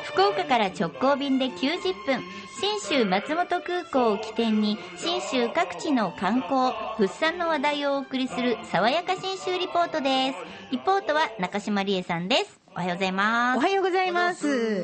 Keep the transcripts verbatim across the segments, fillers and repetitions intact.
福岡から直行便できゅうじゅっぷん、信州松本空港を起点に信州各地の観光物産の話題をお送りする爽やか信州リポートです。リポートは中島理恵さんです。おはようございます。 おはようございます。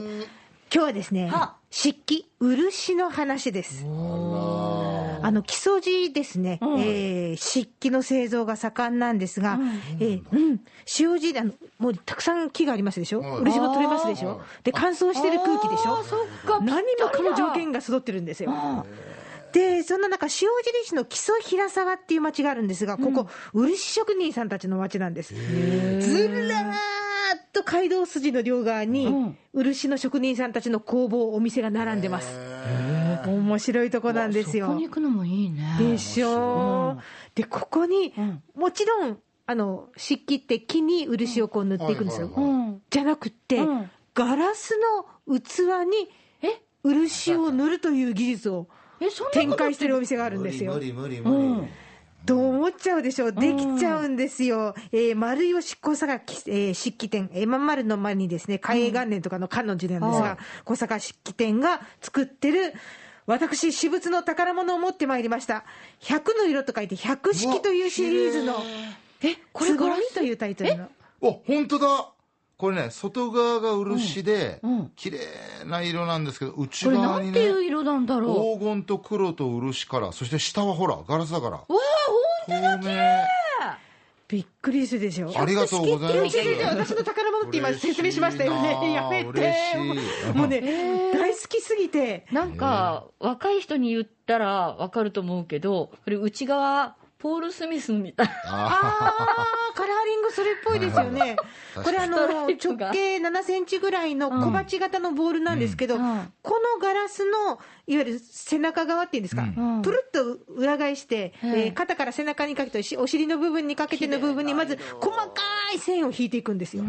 今日はですね、漆器漆の話です。あの木曽路ですね、うん、えー、漆器の製造が盛んなんですが、うんえーうん、塩地であのもうたくさん木がありますでしょ、うん、漆も取れますでしょ、で乾燥してる空気でしょ、何もかも条件が揃ってるんですよ。でそんな中、塩尻市の木曽平沢っていう町があるんですが、ここ、うん、漆職人さんたちの町なんです。ずらーっと街道筋の両側に、うん、漆の職人さんたちの工房、お店が並んでます。面白いとこなんですよ。 そこに行くのもいいね。 でしょう、うん、でここに、うん、もちろんあの漆器って木に漆をこう塗っていくんですよ、うん、じゃなくって、うん、ガラスの器に漆を塗るという技術を展開してるお店があるんですよ。 無理無理無理無理、うんと思っちゃうでしょ。できちゃうんですよ、うん、えー、丸吉小坂、えー、漆器店、えー、まん丸の前にですね、嘉永元年とかの漢の字なんですが、うん、小坂漆器店が作ってる、私私物の宝物を持ってまいりました。百の色と書いて百式というシリーズの、えこれご覧というタイトルの、 お本当だ、これね、外側が漆で、うんうん、綺麗な色なんですけど、内側にね、 これなんていう色なんだろう。 黄金と黒と漆から、そして下はほらガラスだから、わあ本当だ、綺麗。 びっくりするでしょ。 ありがとうございます。 私の宝物って今説明しましたよね。やめて。もうね、えー、大好きすぎて。 なんか、えー、若い人に言ったらわかると思うけど、これ内側ポール・スミスみたいな。 ああ、カラーリングそれっぽいですよね。これあの直径ななセンチぐらいの小鉢型のボールなんですけど、うんうん、このガラスのいわゆる背中側っていうんですか、うん、プルッと裏返して、うん、えー、肩から背中にかけてお尻の部分にかけての部分にまず細かい線を引いていくんですよ、うん、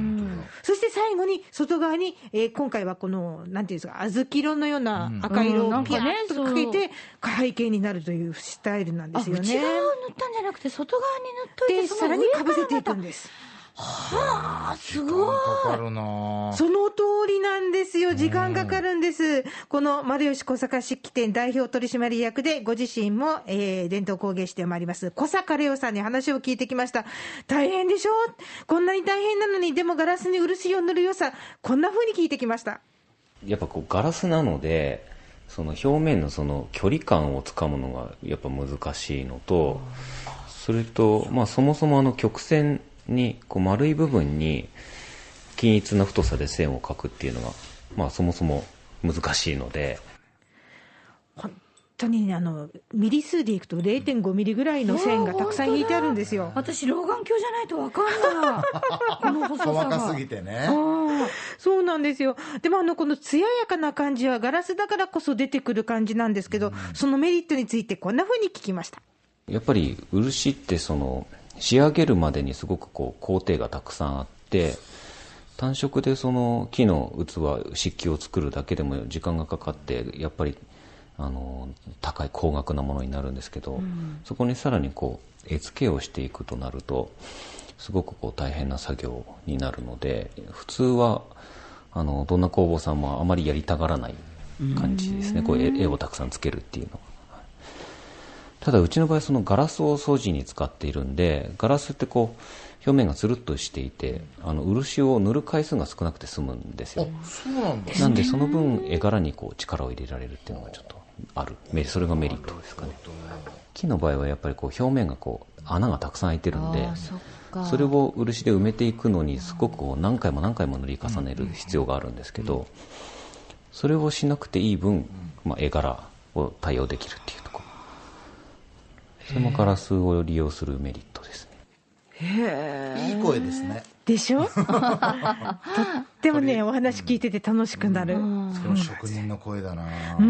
そして最後に外側に、えー、今回はこのなんていうんですか、小豆色のような赤色をピヤッとかけて背景になるというスタイルなんですよね。 内側を塗ったんじゃなくて外側に塗っといて、 でさらにかぶせていくんです。 はあ、すごい。 かかるな。 その通りなんですよ。時間かかるんです。この丸吉小坂漆器店代表取締役でご自身も、えー、伝統工芸士でもあります小坂レオさんに話を聞いてきました。大変でしょ、こんなに大変なのに、でもガラスに漆を塗る良さ、こんな風に聞いてきました。 やっぱこうガラスなので、その表面のその距離感をつかむのがやっぱ難しいのと、それと、まあ、そもそもあの曲線にこう丸い部分に均一な太さで線を描くっていうのが、まあ、そもそも難しいので、 本当に、ね、あのミリ数でいくと れいてんご ミリぐらいの線がたくさん引いてあるんですよ。 私老眼鏡じゃないと分かんないこの細さが細かすぎてね。 そうなんですよ。でもあのこの艶やかな感じはガラスだからこそ出てくる感じなんですけど、うん、そのメリットについてこんな風に聞きました。 やっぱり漆ってその仕上げるまでにすごくこう工程がたくさんあって、単色でその木の器漆器を作るだけでも時間がかかって、やっぱりあの高い高額なものになるんですけど、うん、そこにさらにこう絵付けをしていくとなるとすごくこう大変な作業になるので、普通はあのどんな工房さんもあまりやりたがらない感じですね、こう絵をたくさんつけるっていうのは。ただうちの場合そのガラスを素地に使っているんで、ガラスってこう表面がつるっとしていて、あの漆を塗る回数が少なくて済むんですよ。 あ、そうなんだ。 なんでその分絵柄にこう力を入れられるっていうのがちょっとある、それがメリットですかね。木の場合はやっぱりこう表面がこう穴がたくさん開いてるんで、そ, それを漆で埋めていくのにすごくこう何回も何回も塗り重ねる必要があるんですけど、それをしなくていい分、まあ、絵柄を対応できるっていうところ、それもガラスを利用するメリットですね。 へー、いい声ですね。 でしょとってもね、お話聞いてて楽しくなる、うん、 その職人の声だな、 うん、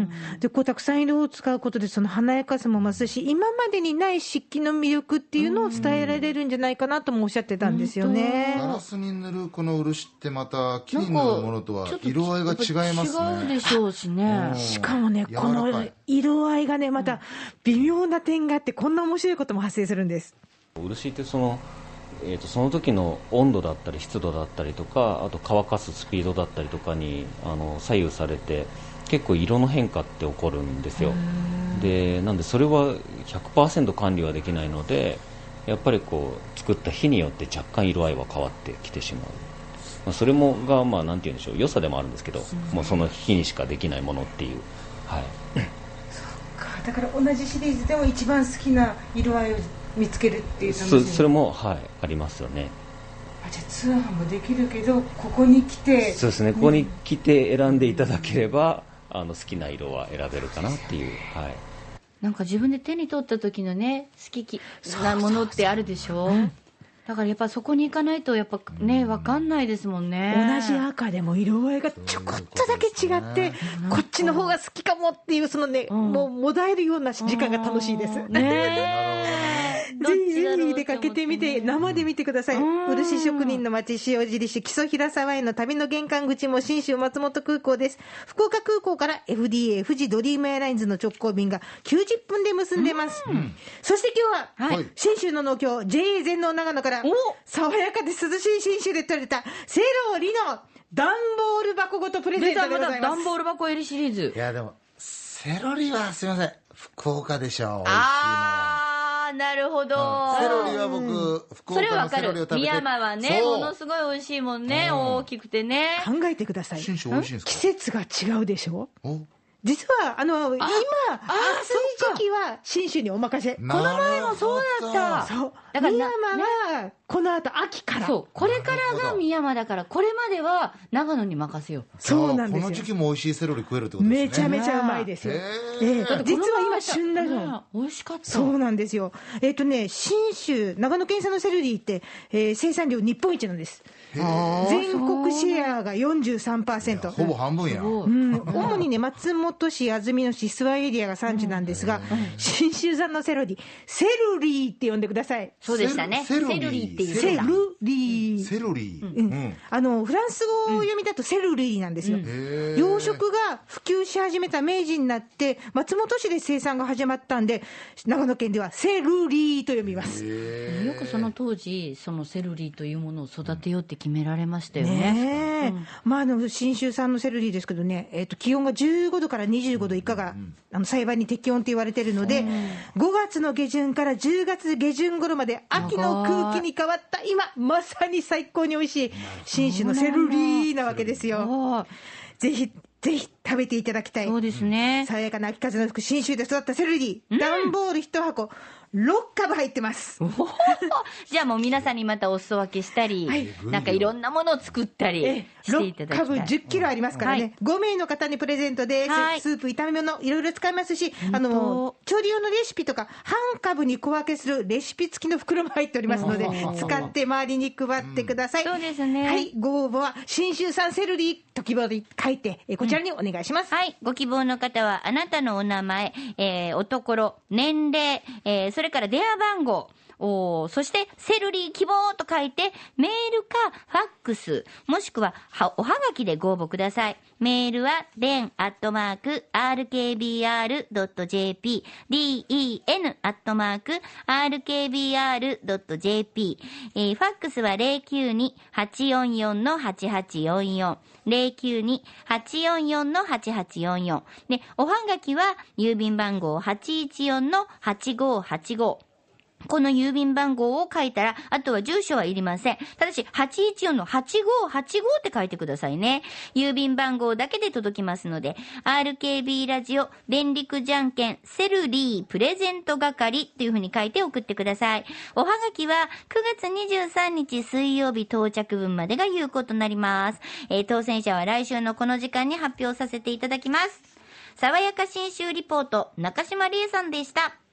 でこうたくさん色を使うことでその華やかさも増すし、今までにない漆器の魅力っていうのを伝えられるんじゃないかなともおっしゃってたんですよね。 ガラスに塗るこの漆ってまた木に塗るものとは色合いが違いますね。 違うでしょうしね。 しかもね、この色合いがねまた微妙な点があって、こんな面白いことも発生するんです。 漆ってそのえー、とその時の温度だったり湿度だったりとか、あと乾かすスピードだったりとかにあの左右されて結構色の変化って起こるんですよ。でなんでそれは ひゃくパーセント 管理はできないので、やっぱりこう作った日によって若干色合いは変わってきてしまう、まあ、それもがまあなんて言うんでしょう、良さでもあるんですけど、もうその日にしかできないものっていう、はい、 そうか、だから同じシリーズでも一番好きな色合いを見つけるっていう楽しみ。 そ, それも、はい、ありますよね。 あ、じゃあ通販もできるけど、ここに来て、 そうですね、ここに来て選んでいただければ、あの好きな色は選べるかなっていう、はい、 なんか自分で手に取った時のね、好きなものってあるでしょ。だからやっぱそこに行かないとやっぱね、分かんないですもんね。 同じ赤でも色合いがちょこっとだけ違って、こっちの方が好きかもっていうそのね、うん、もうもだえるような時間が楽しいです。ねぜひぜひ出かけてみて、生で見てください。漆職人の町塩尻市木曽平沢への旅の玄関口も信州松本空港です。福岡空港から エフディーエー 富士ドリームエアラインズの直行便がきゅうじゅっぷんで結んでます。そして今日は、はい、信州の農協 ジェーエー 全農長野から爽やかで涼しい信州で採れたセロリの段ボール箱ごとプレゼントでございます。 段ボール箱入りシリーズ。 いやでもセロリはすいません、福岡でしょう、美味しいのは。 あー、なるほど、 うん、セロリは僕、福岡のセロリを食べて、 宮山はね、ものすごい美味しいもんね、うん、大きくてね。 考えてください、 信州美味しいんですか。 季節が違うでしょ。実はあの今暑い時期は信州にお任せ。この前もそうだった。 そう、だから宮山はこの後秋から、 そう、これからが宮山だから、これまでは長野に任せよう。 そうなんですよ。 この時期も美味しいセロリ食えるってことですね。 めちゃめちゃうまいですよ。えー、実は今旬なの。 美味しかった。 そうなんですよ。えっ、ー、とね、信州長野県産のセロリって、えー、生産量日本一なんです。全国シェアが よんじゅうさんパーセント、 ほぼ半分や、 うん、主にね松本市、安曇野市、諏訪エリアが産地なんですが、信州産のセロリ、セルリーって呼んでください。 そうでしたね、セルリーっていうセルリー、 セルリー、 うんうん、あのフランス語読みだとセルリーなんですよ、うん、養殖が普及し始めた明治になって松本市で生産が始まったんで、長野県ではセルリーと読みます。 よくその当時そのセルリーというものを育てようって決められましたよね。 ねえ、うん、まあ、あの信州産のセロリですけどね、えー、と気温がじゅうごどからにじゅうごど以下が、うん、あの栽培に適温と言われているので、うん、ごがつの下旬からじゅうがつ下旬頃まで秋の空気に変わった今まさに最高に美味しい信州のセロリなわけですよ。ぜひぜひ食べていただきたい。 そうですね、 爽やかな秋風の吹く信州で育ったセロリ、うん、段ボールいち箱ろっかぶ入ってます。 じゃあもう皆さんにまたお裾分けしたり、はい、なんかいろんなものを作ったりしていただきたい。 ろっかぶじゅっキロありますからね、はい、ごめいの方にプレゼントです、はい、スープ、炒め物いろいろ使いますし、あの調理用のレシピとか半株に小分けするレシピ付きの袋も入っておりますので、使って周りに配ってください、 うん、そうですね、 はい、ご応募は信州産セロリと希望で書いてこちらにお願いします、 うん、はい、ご希望の方はあなたのお名前、えー、おところ、年齢、えー、それから電話番号、おそしてセルリー希望と書いてメールかファックスもしくはおはがきでご応募ください。メールは デン アットマーク アールケービーアール ドット ジェーピー デン アットマーク アールケービーアール ドット ジェーピー、えー、ファックスは ゼロきゅうに はちよんよん はちはちよんよん ゼロきゅうに はちよんよん はちはちよんよんで、おはがきは郵便番号 はちいちよん はちごはちご、この郵便番号を書いたら、あとは住所はいりません。ただし、はちいちよん はちごはちごって書いてくださいね。郵便番号だけで届きますので、アールケービー ラジオ、電力じゃんけん、セルリー、プレゼント係っていう風に書いて送ってください。おはがきはくがつにじゅうさんにち水曜日到着分までが有効となります。えー、当選者は来週のこの時間に発表させていただきます。爽やか新州リポート、中島理恵さんでした。